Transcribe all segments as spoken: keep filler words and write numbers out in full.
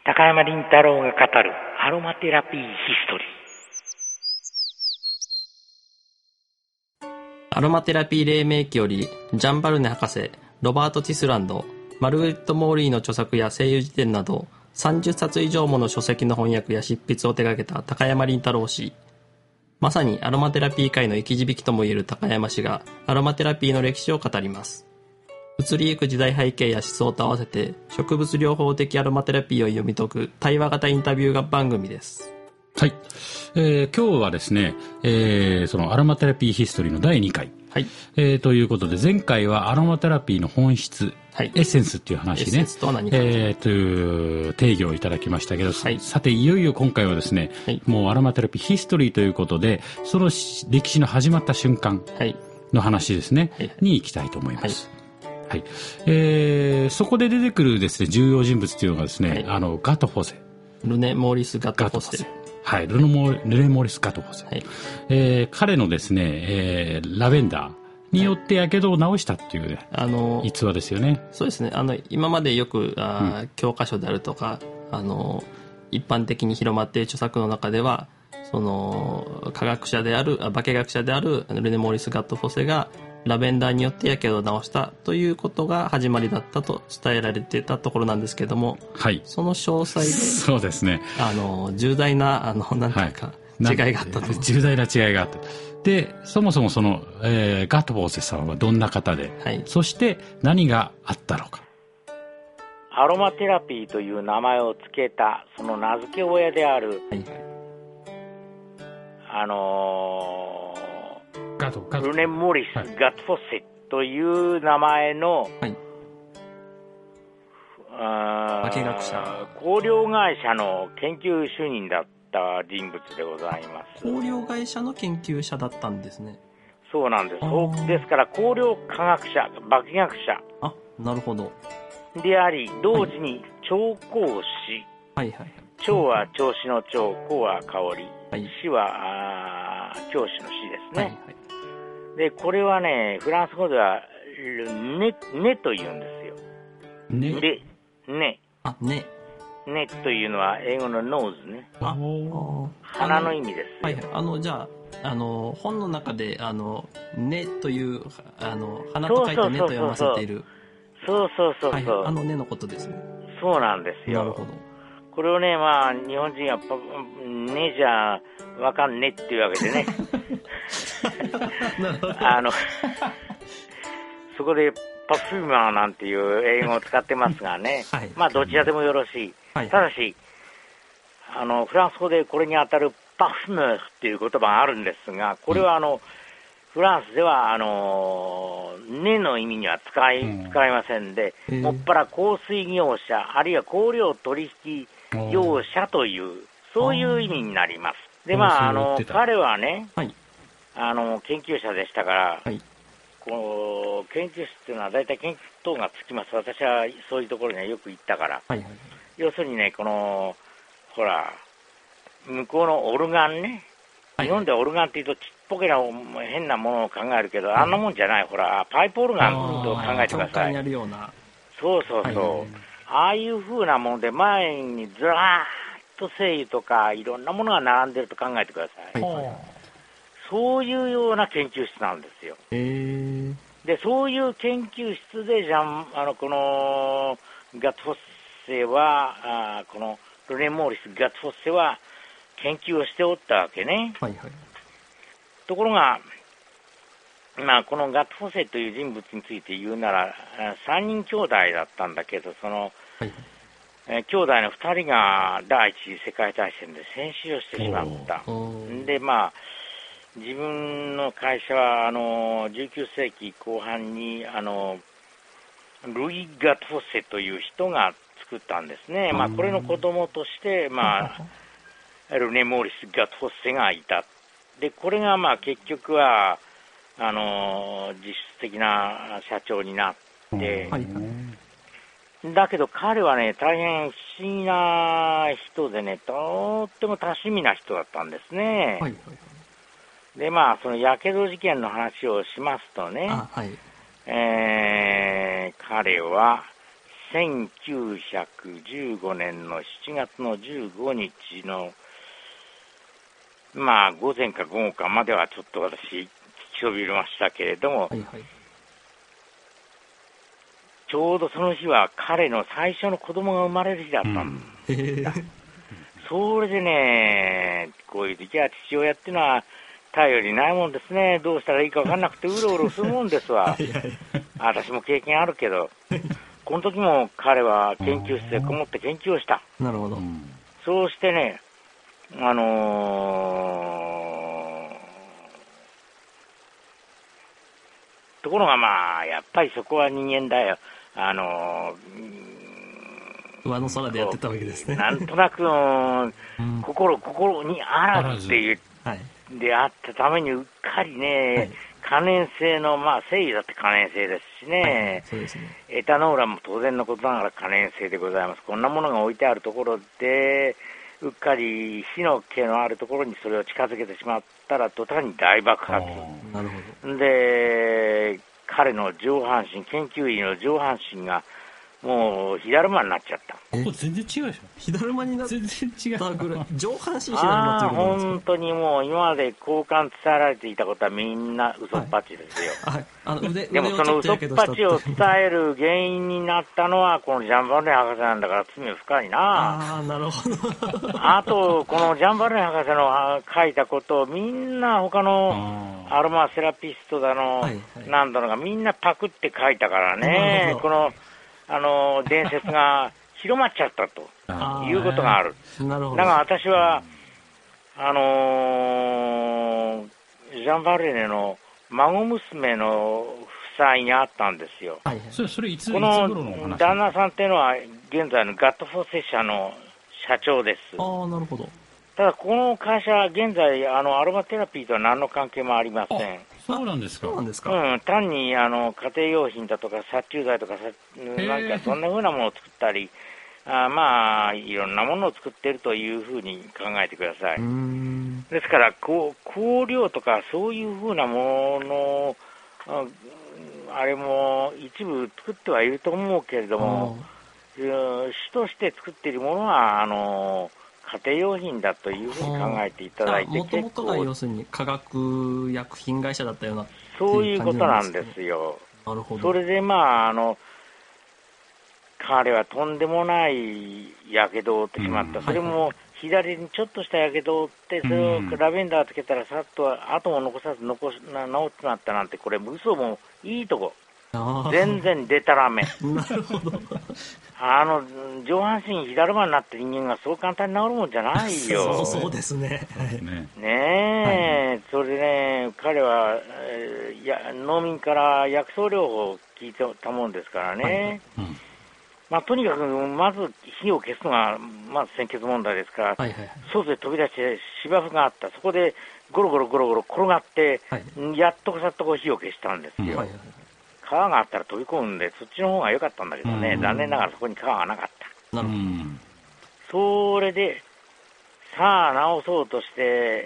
高山林太郎が語るアロマテラピーヒストリー。アロマテラピー黎明期よりジャンバルネ博士、ロバート・ティスランド、マルグレット・モーリーの著作や声優辞典などさんじゅっさつ以上もの書籍の翻訳や執筆を手掛けた高山林太郎氏。まさにアロマテラピー界の生き字引ともいえる高山氏がアロマテラピーの歴史を語ります。移りゆく時代背景や思想と合わせて植物療法的アロマテラピーを読み解く対話型インタビュー番組です。 はい、えー、今日はですね、えー、そのアロマテラピーヒストリーのだいにかい、はい、えー、ということで前回はアロマテラピーの本質、はい、エッセンスっていう話ね、エッセンスとは何か、えー、という定義をいただきましたけど、はい、さていよいよ今回はですね、はい、もうアロマテラピーヒストリーということでその歴史の始まった瞬間の話ですね、はい、に行きたいと思います。はいはい、えー、そこで出てくるですね重要人物というのがですね、はい、あのガト・フォセ、 ルネ・モーリス・ガト・フォセ、 はい、ルネ・モーリス・ガト・フォセ、はい、えー、彼のですね、えー、ラベンダーによってやけどを治したっていう、ね、あの逸話ですよね。 そうですね、あの今までよくあ、うん、教科書であるとかあの一般的に広まっている著作の中ではその科学者である化学者であるルネ・モーリス・ガト・フォセがラベンダーによってやけどを治したということが始まりだったと伝えられていたところなんですけども、はい、その詳細でそうですね、 あの重大なあのなんていうか、はい、違いがあったと。 重大な違いがあった。でそもそもその、えー、ガト・フォセさんはどんな方で、はい、そして何があったのか。 アロマテラピーという名前を付けたその名付け親である、はい、あのーガトガトルネ・モーリス・ガト・フォッセという名前の、はい、 あ化学者香料会社の研究主任だった人物でございます。 香料会社の研究者だったんですね。 そうなんです。そうですから香料科学者、化学者あ、なるほどであり同時に調香師、はいはいはい、調は調子の調、香は香り、はい、師は教師の師ですね、はいはい。でこれはねフランス語ではね、ねと言うんですよ。 ねでねあねねというのは英語のノーズね、あ鼻の意味です。 はいはい、あのじゃああの本の中であのねというあの鼻と書いてねと読ませている、 そうそうそうそう、はい、 あのねのことですね。 そうなんですよ。 なるほど。これをねまあ日本人はねじゃわかんねっていうわけでねあのそこでパフューマーなんていう英語を使ってますがね、はい、まあどちらでもよろしい、はい、ただしあのフランス語でこれに当たるパフュメーっていう言葉があるんですが、これはあの、うん、フランスではあのねの意味には使い、うん、使いませんで、えー、もっぱら香水業者あるいは香料取引業者というそういう意味になります。でまああの彼はね、はい、あの研究者でしたから、はい、こう研究室っていうのは大体研究等がつきます。私はそういうところにはよく行ったから、はいはい、要するにねこのほら向こうのオルガンね、はい、日本でオルガンっていうとちっぽけな変なものを考えるけど、はい、あんなもんじゃない。ほらパイプオルガンと考えてください。 にあるようなそうそうそう、はいはいはい、ああいう風なもので前にずらーっと精油とかいろんなものが並んでると考えてください、はいはい、そういうような研究室なんですよ。 へー。 でそういう研究室でじゃんあのこのガト・フォッセはあこのルネ・モーリス・ガト・フォッセは研究をしておったわけね、はいはい、ところが、まあ、このガト・フォッセという人物について言うならさんにん兄弟だったんだけどその、はい、え兄弟のふたりが第一次世界大戦で戦死をしてしまった。でまあ自分の会社はあのじゅうきゅうせいきこう半にあのルイ・ガト・フォッセという人が作ったんですね。まあ、これの子供として、まあ、ルネ・モーリス・ガト・フォッセがいた。でこれがまあ結局はあの実質的な社長になって、だけど彼はね大変不思議な人でねとっても多趣味な人だったんですね、はいはい。でまあそのやけど事件の話をしますとね、はい、えー、彼はせんきゅうひゃくじゅうごねんのしちがつのじゅうごにちの、まあ、午前か午後かまではちょっと私、聞きそびれましたけれども、はいはい、ちょうどその日は彼の最初の子供が生まれる日だったんだ。うん、それでね、こういう時は父親っていうのは頼りないもんですね。どうしたらいいか分かんなくてうろうろするもんですわ。私も経験あるけど、この時も彼は研究室でこもって研究をした。 なるほど。 そうしてね、あのー、ところがまあ、やっぱりそこは人間だよ。あのー、上の空でやってたわけですね。 なんとなく、うん、心、心にあらずっていう、はい、であったためにうっかりね、はい、可燃性の、まあ、繊維だって可燃性ですしね、はいはい、そうですね、エタノーラも当然のことながら可燃性でございます。こんなものが置いてあるところで、うっかり火の気のあるところにそれを近づけてしまったら、途端に大爆発。 なるほど。 で、彼の上半身、研究員の上半身が、もう、火だるまになっちゃった。 ここ全然違うでしょ。 火だるまになった全然違うぐらい。上半身火だるまということなんですか。 本当にもう、今まで交換伝えられていたことはみんな嘘っぱちですよ。 はいはい、あの腕でもその嘘っぱちを伝える原因になったのは、このジャンバルネ博士なんだから罪深いな。 ああ、なるほど。 あと、このジャンバルネ博士の書いたことをみんな他のアロマセラピストだの、はいはい、なんだのがみんなパクって書いたからね、この、あの、伝説が広まっちゃったということがある。 なるほど。 だから私は、あのー、ジャンバルネの孫娘の夫妻に会ったんですよ。 はいはい、それ、それいつ、 この旦那さんっていうのは現在のガットフォーセ社の社長です。 ああ、なるほど。 ただこの会社は現在あのアロマテラピーとは何の関係もありません。 そうなんですか。 そうなんですか。 うん、単にあの家庭用品だとか殺虫剤とかなんかそんな風なものを作ったり、あまあいろんなものを作っているというふうに考えてください。 うーん、 ですからこう香料とかそういう風なものあれも一部作ってはいると思うけれども、主として作っているものはあの家庭用品だというふうに考えていただいて、 もともとが要するに化学薬品会社だったような、 そういうことなんですよ。 なるほど。 それでまああの彼はとんでもないやけどを負ってしまった、うん、それも左にちょっとしたやけどを負って、それをラベンダーつけたらさっと後も残さず残し治ってなったなんて、これ嘘もいいとこ全然でたらめ。 なるほど。 あの上半身火だるまになった人間がそう簡単に治るもんじゃないよ。 そうそうですね。 ねえ、はい、それでね、彼は、えー、や農民から薬草療法を聞いてたもんですからね。はい、うん、まあ、とにかくまず火を消すのがまず先決問題ですから、はいはいはい、外で飛び出して芝生があった。そこでゴロゴロゴロゴロ転がって、はい、やっとさっとこう火を消したんですよ。うん、はいはい、川があったら飛び込むんで、そっちの方が良かったんだけどね、残念ながらそこに川がなかった。 なるほど。 それで、さあ直そうとして、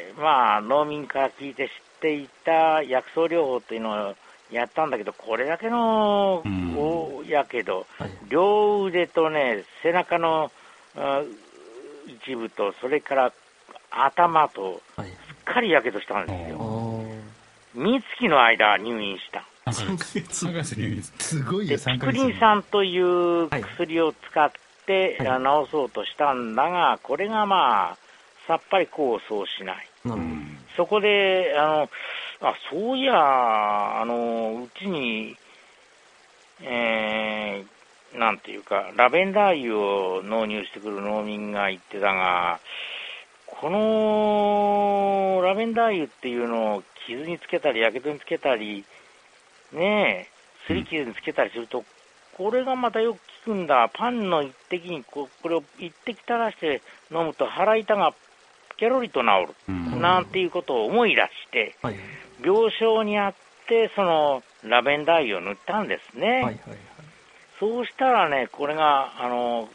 まあ農民から聞いて知っていた薬草療法というのをやったんだけど、これだけのやけど、はい、両腕とね、背中の一部と、それから頭と、すっかりやけどしたんですよ。三月の間入院した。 さんかげつすごいよ。 ピクリン酸という薬を使って治そうとしたんだが、はい、これがまあさっぱり功を奏しない。うん、そこであのあそういやあのうちに、えー、なんていうかラベンダー油を納入してくる農民が言ってたが、このラベンダー油っていうのを傷につけたりやけどにつけたりねえ、すり傷につけたりすると、うん、これがまたよく効くんだ。パンの一滴にこれを一滴垂らして飲むと腹痛がケロリと治る、うん、なんていうことを思い出して、はい、病床にあってそのラベンダー油を塗ったんですね。はいはいはい、そうしたらね、これがあの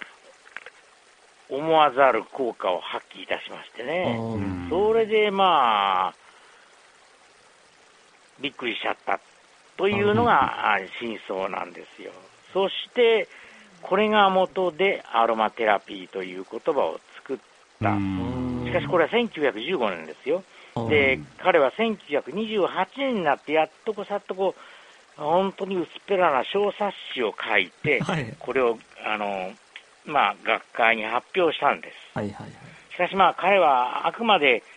思わざる効果を発揮いたしましてね、うん、それでまあびっくりしちゃったというのが真相なんですよ。そしてこれが元でアロマテラピーという言葉を作った。しかしこれはせんきゅうひゃくじゅうごねんですよ。で、彼はせんきゅうひゃくにじゅうはちねんになってやっとこさっとこう本当に薄っぺらな小冊子を書いて、はい、これをあの、まあ、学会に発表したんです、はいはいはい、しかしまあ彼はあくまで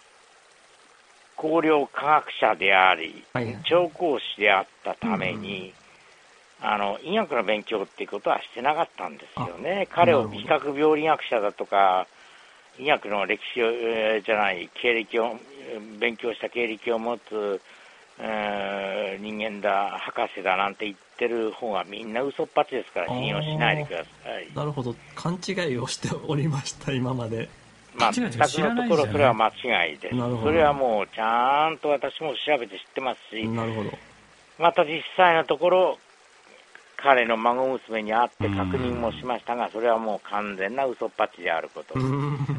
高陵科学者であり、はいはい、調香師であったために、うん、あの医学の勉強っていうことはしてなかったんですよね。彼を比較病理学者だとか医学の歴史を、えー、じゃない経歴を勉強した経歴を持つ、えー、人間だ博士だなんて言ってる方がみんな嘘っぱちですから信用しないでください。 なるほど、勘違いをしておりました今まで。 全くのところそれは間違いです。それはもうちゃんと私も調べて知ってますし、 なるほど。また実際のところ彼の孫娘に会って確認もしましたが、それはもう完全な嘘っぱちであることです。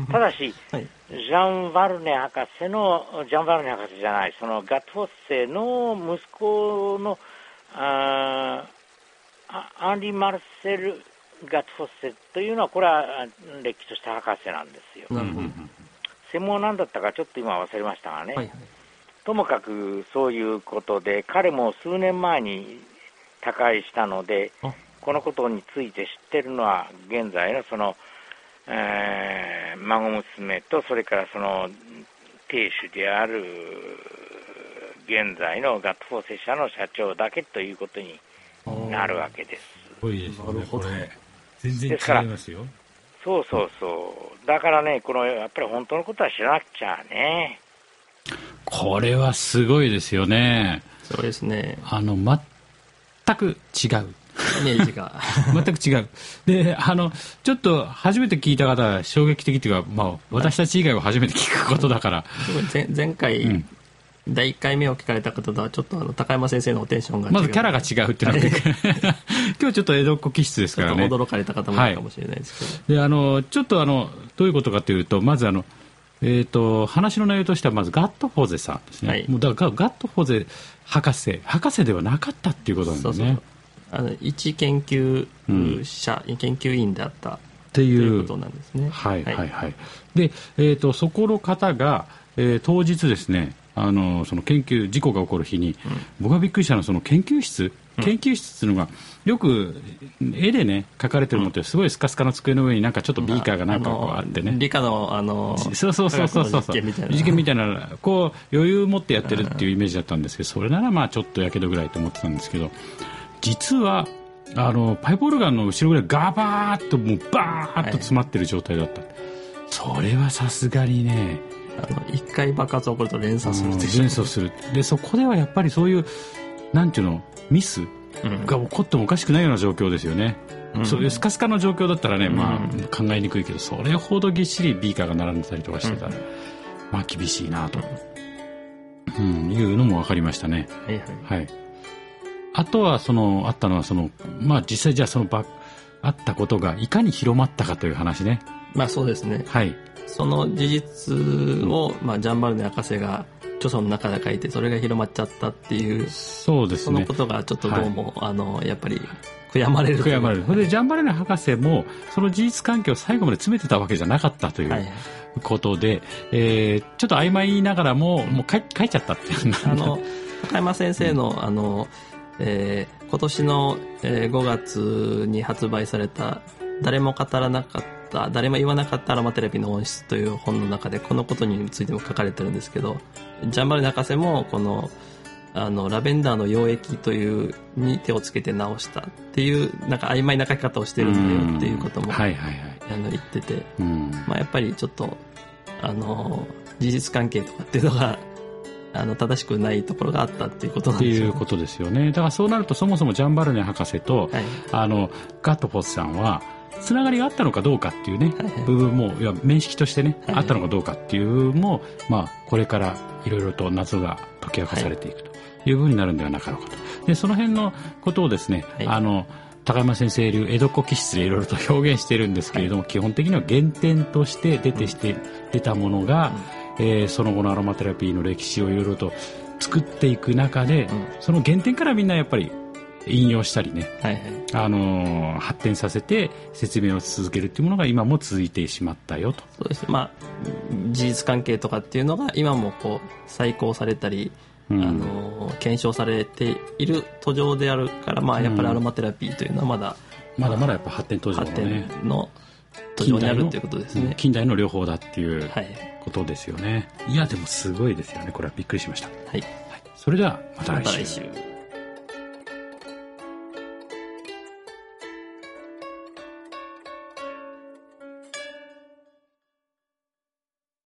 ただし、はい、ジャン・ヴァルネ博士のジャン・ヴァルネ博士じゃないそのガット・フォッセの息子のあアンリ・マルセル・ガット・フォッセというのはこれはれっきとした博士なんですよ。専門は何だったかちょっと今忘れましたがね、はいはい、ともかくそういうことで彼も数年前に他界したので、このことについて知ってるのは現在のその、えー、孫娘とそれからその亭主である現在のガット・フォーセ社の社長だけということになるわけです。 すごいですね、これ全然違いますよ。 そうそうそう。だからね、このやっぱり本当のことは知らなくちゃね。 これはすごいですよね。 そうですね。 あの全く違うイメージが全く違うで、あのちょっと初めて聞いた方は衝撃的というか、まあ、私たち以外は初めて聞くことだから前, 前回、うん、だいいっかいめを聞かれた方とはちょっとあの高山先生のテンションが違う、 まずキャラが違うっていうのが今日ちょっと江戸っ子気質ですからね、 ちょっと驚かれた方もいるかもしれないですけど、はい、 であのちょっとあのどういうことかというと、まずあのえー、と話の内容としてはまずガット・フォーゼさんですね、はい、もうだからガット・フォーゼ博士博士ではなかったっていうことなんですね。そうそう、 あの一研究者、うん、研究員であったっていうことなんですね。 はいはいはい。で、えー、とそこの方が、えー、当日ですね、あのその研究事故が起こる日に、うん、僕がびっくりしたのはその研究室研究室っていうのがよく絵でね描かれてるのってすごいスカスカの机の上になんかちょっとビーカーがなんかこうあってね、 理科のあのそうそうそうそうそう実験みたいなこう余裕持ってやってるっていうイメージだったんですけど、それならまあちょっとやけどぐらいと思ってたんですけど、実はあのパイプオルガンの後ろぐらいガバーッともうバーッと詰まってる状態だった、はい、それはさすがにね、 あの一回爆発起こると連鎖するっていう、 連鎖する。でそこではやっぱりそういうなんていうのミスが起こってもおかしくないような状況ですよね、うん、そういうスカスカの状況だったらね、まあ、考えにくいけど、それほどぎっしりビーカーが並んでたりとかしてたら、うん、まあ厳しいなと、うんうん、いうのも分かりましたね、はいはいはい。あとはそのあったのはその、まあ、実際じゃあそのばあったことがいかに広まったかという話ね。 まあそうですね、はい、その事実を、まあ、ジャンバルネ博士が著書の中で書いてそれが広まっちゃったっていう、 そうですね、 そのことがちょっとどうも、はい、あのやっぱり悔やまれるという悔やまれる。それでジャンバルネ博士もその事実関係を最後まで詰めてたわけじゃなかったということで、はいはい、えー、ちょっと曖昧ながらももう書い、書いちゃったっていうあの高山先生の、うん、あのえー、今年の、えー、ごがつに発売された誰も語らなかった誰も言わなかったアロマテラピーの本質という本の中でこのことについても書かれてるんですけど、ジャンバルネ博士もこのあのラベンダーの溶液というに手をつけて直したっていうなんか曖昧な書き方をしてるんだよっていうことも、はいはいはい、あの言ってて、まあ、やっぱりちょっとあの事実関係とかっていうのがあの正しくないところがあったっていうことなんですよね。っていうことですよね。 だからそうなるとそもそもジャンバルネ博士と、はい、あのガットフォスさんはつながりがあったのかどうかっていうね、はいはい、部分もいや面識としてね、はいはい、あったのかどうかっていう部分も、まあ、これからいろいろと謎が解き明かされていくという部分になるんではなかろうかと。でその辺のことをですね、はい、あの高山先生流江戸っ子気質でいろいろと表現しているんですけれども、はい、基本的には原点として出てして、うん、出たものが、うんえー、その後のアロマテラピーの歴史をいろいろと作っていく中で、うん、その原点からみんなやっぱり引用したりね、 はいはい、 あの発展させて説明を続けるっていうものが今も続いてしまったよと。 そうです、まあ、事実関係とかっていうのが今もこう再考されたり、うん、あの検証されている途上であるから、まあ、やっぱりアロマテラピーというのはまだ、 うん、まだまだやっぱ発展途上の、ね、 発展の途上にあるということですね。 近代の両方だっていうことですよね、はい、いやでもすごいですよね。これはびっくりしました。 はい、はい、 それではまた来週。 また来週。